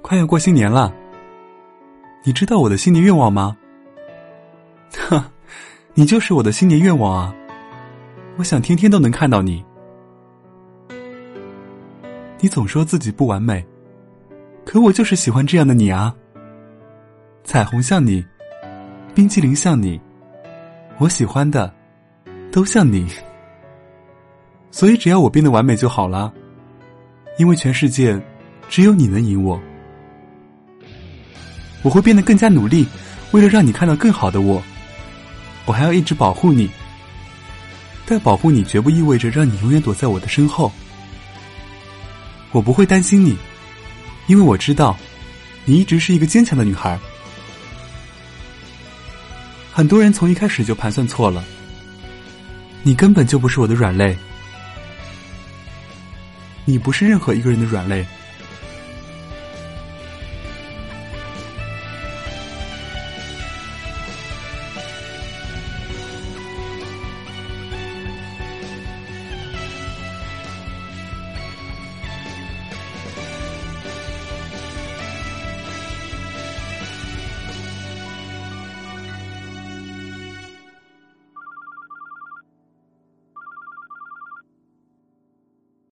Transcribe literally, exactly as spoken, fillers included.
快要过新年了，你知道我的新年愿望吗？哈，你就是我的新年愿望啊！我想天天都能看到你。你总说自己不完美，可我就是喜欢这样的你啊！彩虹像你，冰淇淋像你，我喜欢的都像你。所以只要我变得完美就好了，因为全世界只有你能赢我。我会变得更加努力，为了让你看到更好的我。我还要一直保护你，但保护你绝不意味着让你永远躲在我的身后。我不会担心你，因为我知道你一直是一个坚强的女孩。很多人从一开始就盘算错了，你根本就不是我的软肋，你不是任何一个人的软肋。